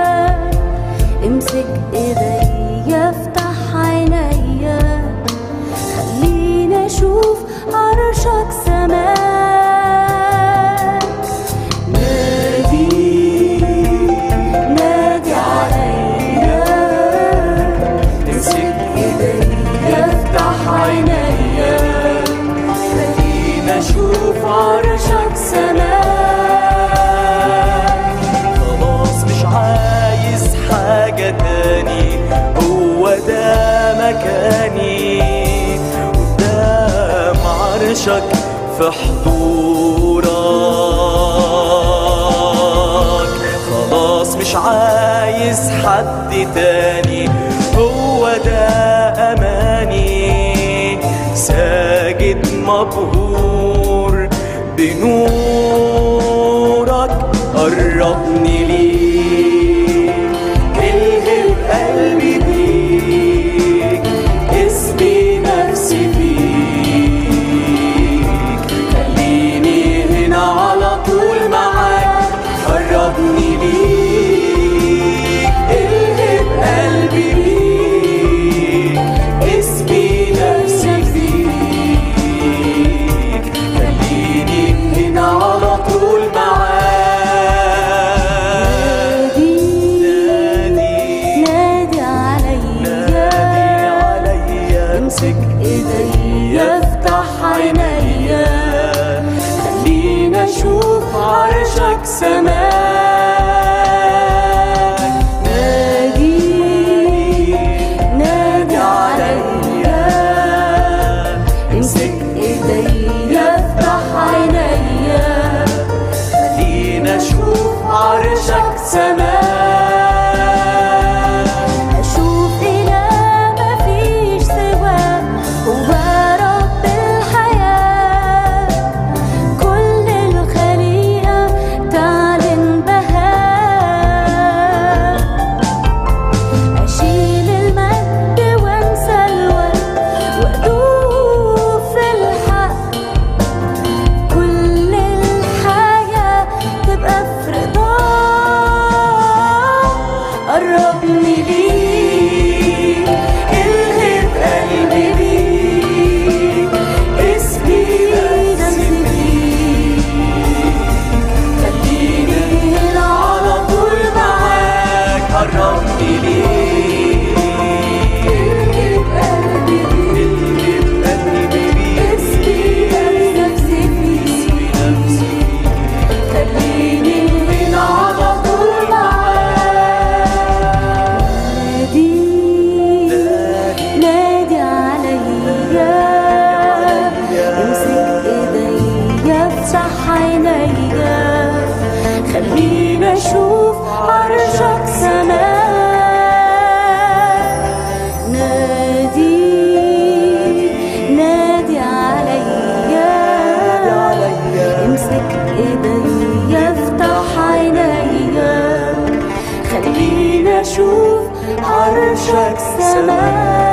امسك ايديا، افتح عينيا، خليني اشوف عرشك سماء. نادي نادي عليا، امسك ايديا، افتح عينيا، خليني اشوف عرشك سماء. خلاص مش عايز حاجة تاني، هو ده مكاني قدام عرشك في حضورك. خلاص مش عايز حد تاني، هو ده أماني، ساجد مبهور بنورك، قربني ليك. الهب قلبي بيك، اسمي نفسي فيك، خليني هنا على طول معاك، قربني ليك. الهب قلبي بيك، اسمي نفسي فيك، خليني هنا على طول معاك. نادي عليا، امسك ايديا، افتح عينيا، خلينا اشوف عرشك سماء. نادي نادي عليا، امسك ايديا، افتح عينيا، خلينا اشوف عرشك سماء. اشوف إله مفيش سواه، هو رب الحياة، كل الخليقة تعلن بهاء. أشيل المجد وانسى الوقت، وأدوب في الحق، كل الحياة تبقى في رضاك، قربني ليك. الهب قلبي بيك، اسمي نفسي فيك، خليني هنا على طول معاك، قربني ليك. الهب قلبي بيك، قلبي بيك، اسمي نفسي فيك، خليني هنا على طول معاك. نادي نادي عليا، امسك ايديا، افتح عينيا، خلينا اشوف عرشك سماء. نادي نادي عليا، عرشك سماء.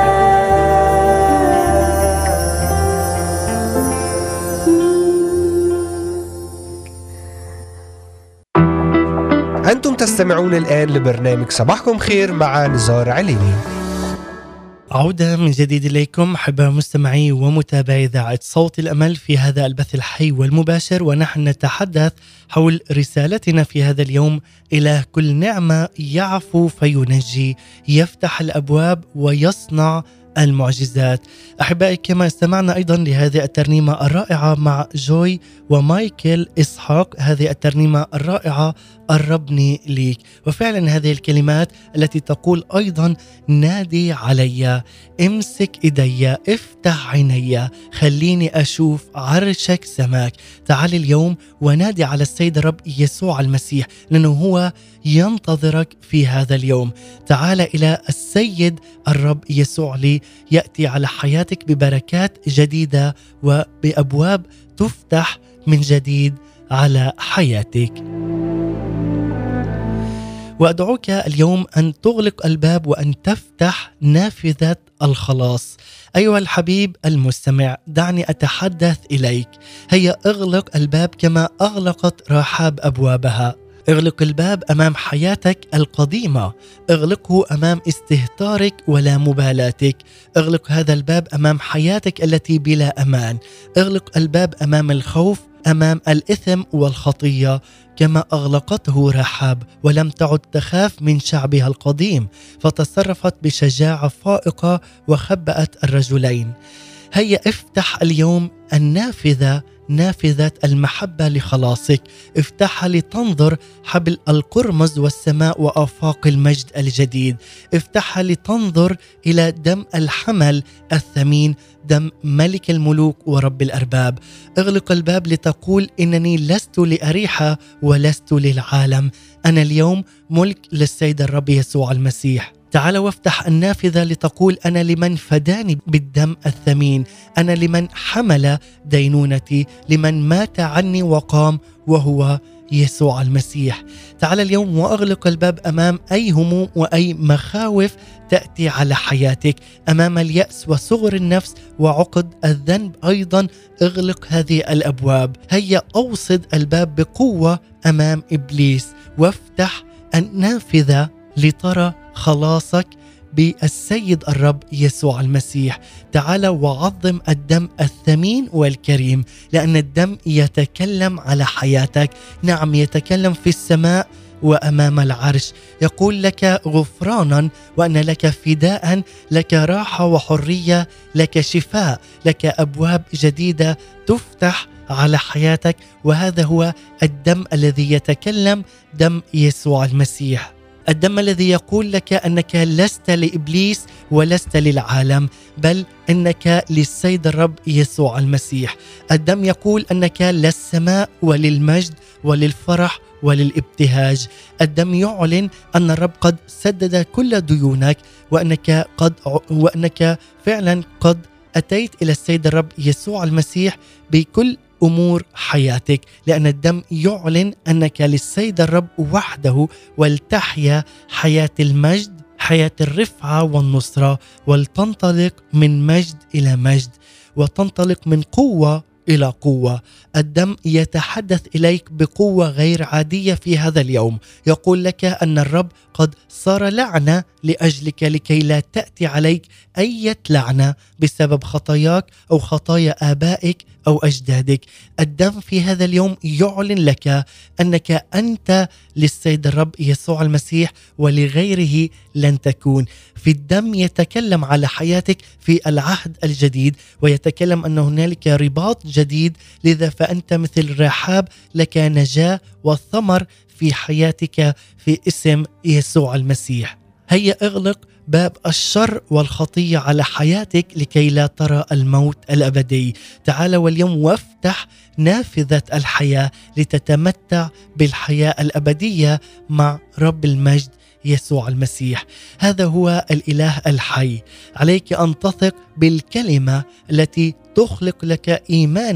أنتم تستمعون الآن لبرنامج صباحكم خير مع نزار عليني. عودة من جديد إليكم أحباء مستمعي ومتابعي إذاعة صوت الأمل في هذا البث الحي والمباشر، ونحن نتحدث حول رسالتنا في هذا اليوم: إله كل نعمة يعفو فينجي، يفتح الأبواب ويصنع المعجزات. أحبائي، كما استمعنا أيضا لهذه الترنيمة الرائعة مع جوي ومايكل إسحاق، هذه الترنيمة الرائعة قربني ليك، وفعلا هذه الكلمات التي تقول أيضا: نادي علي، امسك إيدي، افتح عيني، خليني أشوف عرشك سماك. تعال اليوم ونادي على السيد الرب يسوع المسيح، لأنه هو ينتظرك في هذا اليوم. تعال إلى السيد الرب يسوع لي يأتي على حياتك ببركات جديدة وبأبواب تفتح من جديد على حياتك. وأدعوك اليوم أن تغلق الباب وأن تفتح نافذة الخلاص. أيها الحبيب المستمع، دعني أتحدث إليك. هيا اغلق الباب كما أغلقت رحاب أبوابها. اغلق الباب أمام حياتك القديمة، اغلقه أمام استهتارك ولا مبالاتك، اغلق هذا الباب أمام حياتك التي بلا أمان، اغلق الباب أمام الخوف، أمام الإثم والخطية كما أغلقته رحاب، ولم تعد تخاف من شعبها القديم، فتصرفت بشجاعة فائقة وخبأت الرجلين. هيا افتح اليوم النافذة، نافذة المحبة لخلاصك، افتحها لتنظر حبل القرمز والسماء وآفاق المجد الجديد، افتحها لتنظر إلى دم الحمل الثمين، دم ملك الملوك ورب الأرباب. اغلق الباب لتقول: إنني لست لأريحة ولست للعالم، أنا اليوم ملك للسيد الرب يسوع المسيح. تعال وافتح النافذة لتقول: أنا لمن فداني بالدم الثمين، أنا لمن حمل دينونتي، لمن مات عني وقام، وهو يسوع المسيح. تعال اليوم وأغلق الباب أمام أي هموم وأي مخاوف تأتي على حياتك، أمام اليأس وصغر النفس وعقد الذنب أيضا. اغلق هذه الأبواب. هيا أوصد الباب بقوة أمام إبليس، وافتح النافذة لترى خلاصك بالسيد الرب يسوع المسيح. تعال وعظم الدم الثمين والكريم، لأن الدم يتكلم على حياتك. نعم، يتكلم في السماء وأمام العرش، يقول لك غفرانا، وأن لك فداء، لك راحة وحرية، لك شفاء، لك أبواب جديدة تفتح على حياتك. وهذا هو الدم الذي يتكلم، دم يسوع المسيح، الدم الذي يقول لك أنك لست لإبليس ولست للعالم، بل أنك للسيد الرب يسوع المسيح. الدم يقول أنك للسماء وللمجد وللفرح وللابتهاج. الدم يعلن أن الرب قد سدد كل ديونك، وأنك قد وأنك فعلا قد أتيت إلى السيد الرب يسوع المسيح بكل أمور حياتك، لأن الدم يعلن أنك للسيد الرب وحده، ولتحيا حياة المجد، حياة الرفعة والنصرة، ولتنطلق من مجد إلى مجد، وتنطلق من قوة إلى قوة. الدم يتحدث إليك بقوة غير عادية في هذا اليوم، يقول لك أن الرب قد صار لعنة لأجلك، لكي لا تأتي عليك أي لعنة بسبب خطاياك أو خطايا آبائك أو أجدادك. الدم في هذا اليوم يعلن لك أنك أنت للسيد الرب يسوع المسيح، ولغيره لن تكون. في الدم يتكلم على حياتك في العهد الجديد، ويتكلم أن هنالك رباط جديد، لذا فأنت مثل رحاب، لك نجاة والثمر في حياتك في اسم يسوع المسيح. هيا اغلق باب الشر والخطية على حياتك لكي لا ترى الموت الأبدي. تعال واليوم وافتح نافذة الحياة لتتمتع بالحياة الأبدية مع رب المجد يسوع المسيح. هذا هو الإله الحي. عليك أن تثق بالكلمة التي تخلق لك إيمانا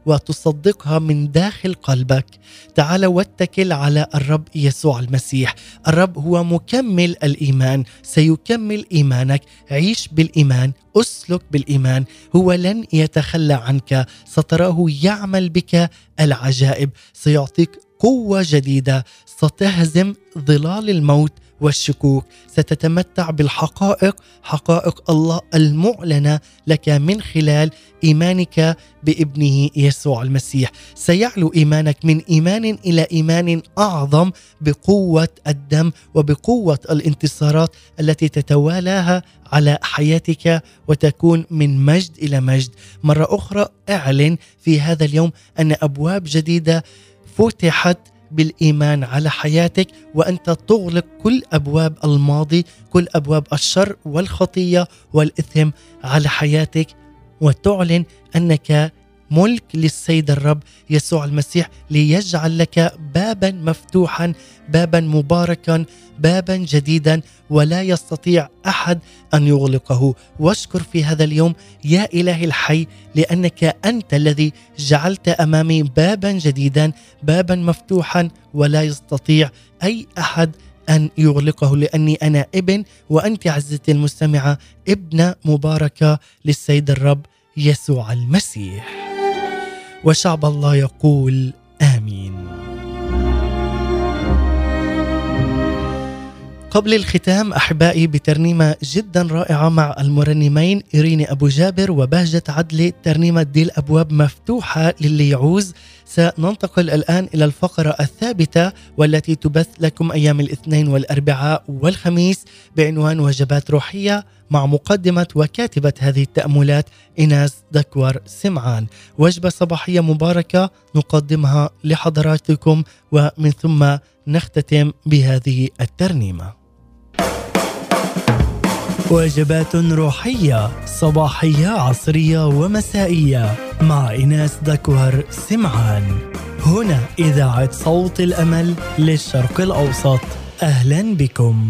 وتصدقها من داخل قلبك. تعال واتكل على الرب يسوع المسيح. الرب هو مكمل الإيمان، سيكمل إيمانك. عيش بالإيمان، أسلك بالإيمان. هو لن يتخلى عنك، ستراه يعمل بك العجائب، سيعطيك قوة جديدة، ستهزم ظلال الموت والشكوك، ستتمتع بالحقائق، حقائق الله المعلنة لك من خلال إيمانك بابنه يسوع المسيح. سيعلو إيمانك من إيمان إلى إيمان أعظم بقوة الدم وبقوة الانتصارات التي تتوالاها على حياتك، وتكون من مجد إلى مجد. مرة أخرى أعلن في هذا اليوم أن أبواب جديدة فتحت بالإيمان على حياتك، وأنت تغلق كل أبواب الماضي، كل أبواب الشر والخطية والإثم على حياتك، وتعلن أنك ملك للسيد الرب يسوع المسيح، ليجعل لك بابا مفتوحا، بابا مباركا، بابا جديدا ولا يستطيع أحد أن يغلقه. واشكر في هذا اليوم يا إله الحي لأنك أنت الذي جعلت أمامي بابا جديدا، بابا مفتوحا ولا يستطيع أي أحد أن يغلقه، لأني أنا ابن وأنت عزتي المستمعة ابنة مباركة للسيد الرب يسوع المسيح. وشعب الله يقول آمين. قبل الختام أحبائي بترنيمة جدا رائعة مع المرنمين إيريني أبو جابر وبهجة عدلي، ترنيمة دي الأبواب مفتوحة للي يعوز. سننتقل الآن إلى الفقرة الثابتة والتي تبث لكم أيام الاثنين والأربعاء والخميس بعنوان وجبات روحية، مع مقدمة وكاتبة هذه التأملات إيناس دكور سمعان. وجبة صباحية مباركة نقدمها لحضراتكم، ومن ثم نختتم بهذه الترنيمة. وجبات روحية صباحية عصرية ومسائية مع إيناس دكور سمعان، هنا إذاعة صوت الأمل للشرق الأوسط. أهلا بكم.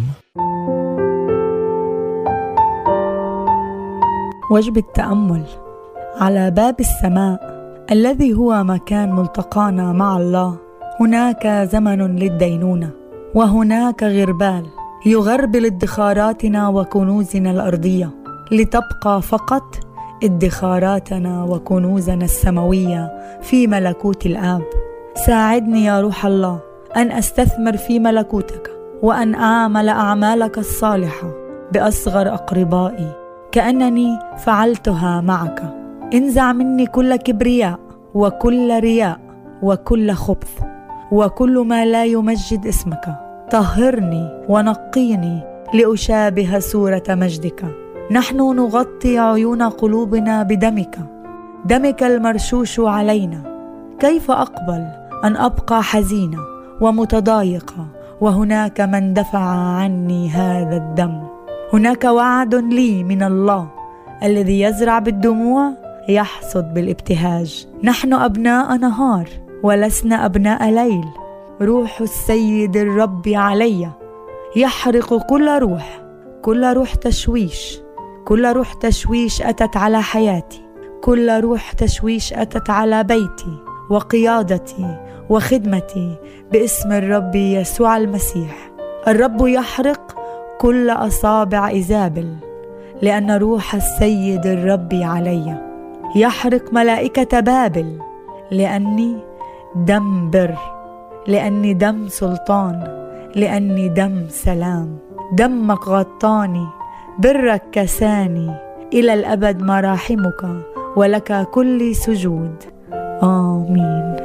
وجبة تأمل على باب السماء الذي هو مكان ملتقانا مع الله. هناك زمن للدينونة، وهناك غربال يغربل ادخاراتنا وكنوزنا الأرضية، لتبقى فقط ادخاراتنا وكنوزنا السماوية في ملكوت الآب. ساعدني يا روح الله أن أستثمر في ملكوتك، وأن أعمل أعمالك الصالحة بأصغر أقربائي كأنني فعلتها معك. انزع مني كل كبرياء وكل رياء وكل خبث وكل ما لا يمجد اسمك. طهرني ونقيني لأشابه صورة مجدك. نحن نغطي عيون قلوبنا بدمك، دمك المرشوش علينا. كيف أقبل أن أبقى حزينة ومتضايقة وهناك من دفع عني هذا الدم؟ هناك وعد لي من الله، الذي يزرع بالدموع يحصد بالابتهاج. نحن أبناء نهار ولسنا أبناء ليل. روح السيد الرب علي، يحرق كل روح، كل روح تشويش، كل روح تشويش أتت على حياتي، كل روح تشويش أتت على بيتي وقيادتي وخدمتي باسم الرب يسوع المسيح. الرب يحرق كل أصابع إيزابل، لأن روح السيد الرب علي. يحرق ملائكة بابل، لأني دم بر، لأني دم سلطان، لأني دم سلام. دمك غطاني، برك كساني، إلى الأبد مراحمك ولك كل سجود. آمين.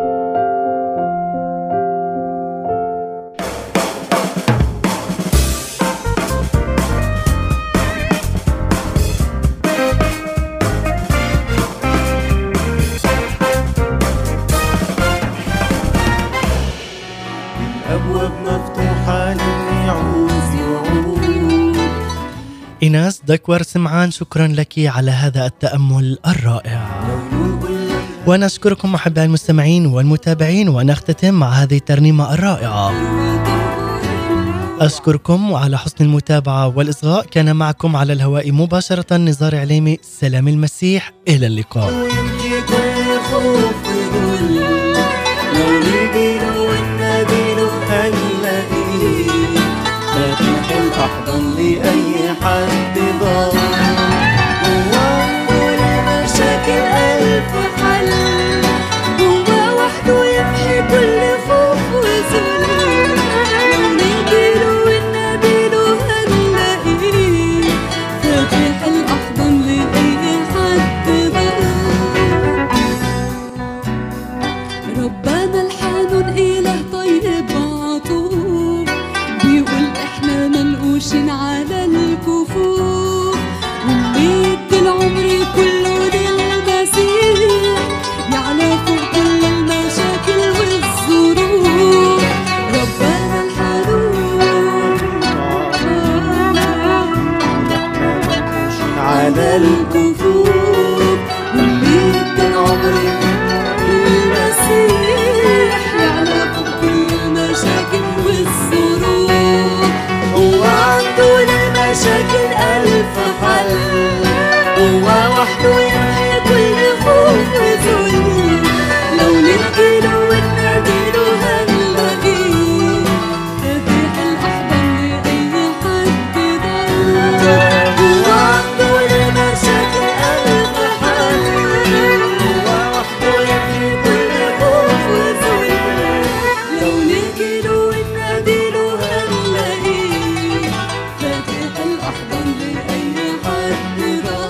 إيناس دكور سمعان، شكرا لك على هذا التأمل الرائع. ونشكركم أحبائي المستمعين والمتابعين، ونختتم مع هذه الترنيمة الرائعة. أشكركم على حسن المتابعة والإصغاء. كان معكم على الهواء مباشرة نزار عليمي. سلام المسيح، إلى اللقاء. خوف وذل، لو نجيله ونناديله هنلاقيه فاتح الأحضان لأي حد ضال. هو عنده لمشاكل ألف حل، هو وحده يمحي كل خوف وذل، لو نجيله ونناديله هنلاقيه فاتح الأحضان لأي حد ضال. ربنا الحنون إله طيب عطوف، بيقول إحنا منقوشين على الكفوف، ونمد العمر كله للمسيح يعلى فوق كل المشاكل والظروف. ربنا الحنون على الكفوف، ونمد العمر للمسيح يعلى فوق كل المشاكل والظروف. هو عنده للمشاكل ألف حل، هو وحده يمحي كل خوف وذل، لو نجيله ونناديله هنلاقيه فاتح الأحضان لأي حد ضال. هو عنده للمشاكل ألف حل، هو وحده يمحي كل خوف وذل، لو نجيله ونناديله هنلاقيه فاتح الأحضان لأي حد ضال.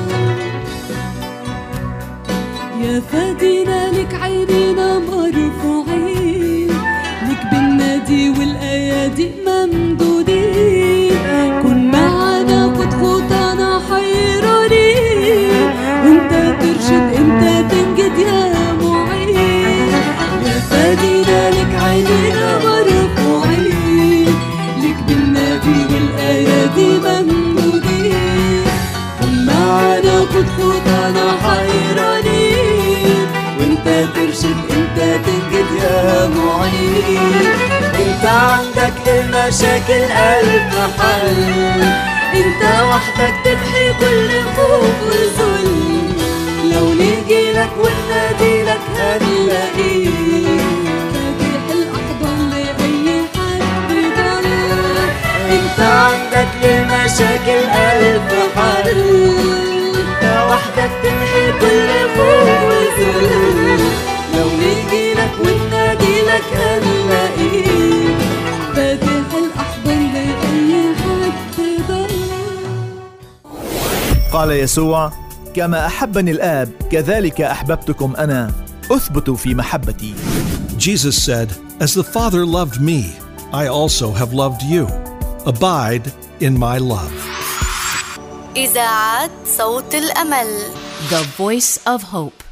يا فادينا لك عينينا مرفوعين، لك بالنادي والأيادي ممدودين، كن معنا قد خطانا حيرانين، انت ترشد انت تنجد يا معين. يا فادينا لك عينينا مرفوعين، لك بالنادي والأيادي ممدودين، كن معنا قد خطانا حيرانين، وانت ترشد انت تنجد يا معين. انت عندك للمشاكل ألف حل، انت وحدك تمحي كل خوف وذل، لو نجيلك ونناديلك هنلاقيه فاتح الأحضان لأي حد ضل. انت عندك للمشاكل ألف حل، انت وحدك تمحي كل خوف وذل، لو نجيلك ونناديلك هنلاقيه فاتح الأحضان لأي حد ضل. قال يسوع: كما أحبني الآب كذلك أحببتكم أنا، أثبتوا في محبتي. Jesus said, "As the Father loved me, I also have loved you. Abide in my love." إذاعة صوت الأمل. The Voice of Hope.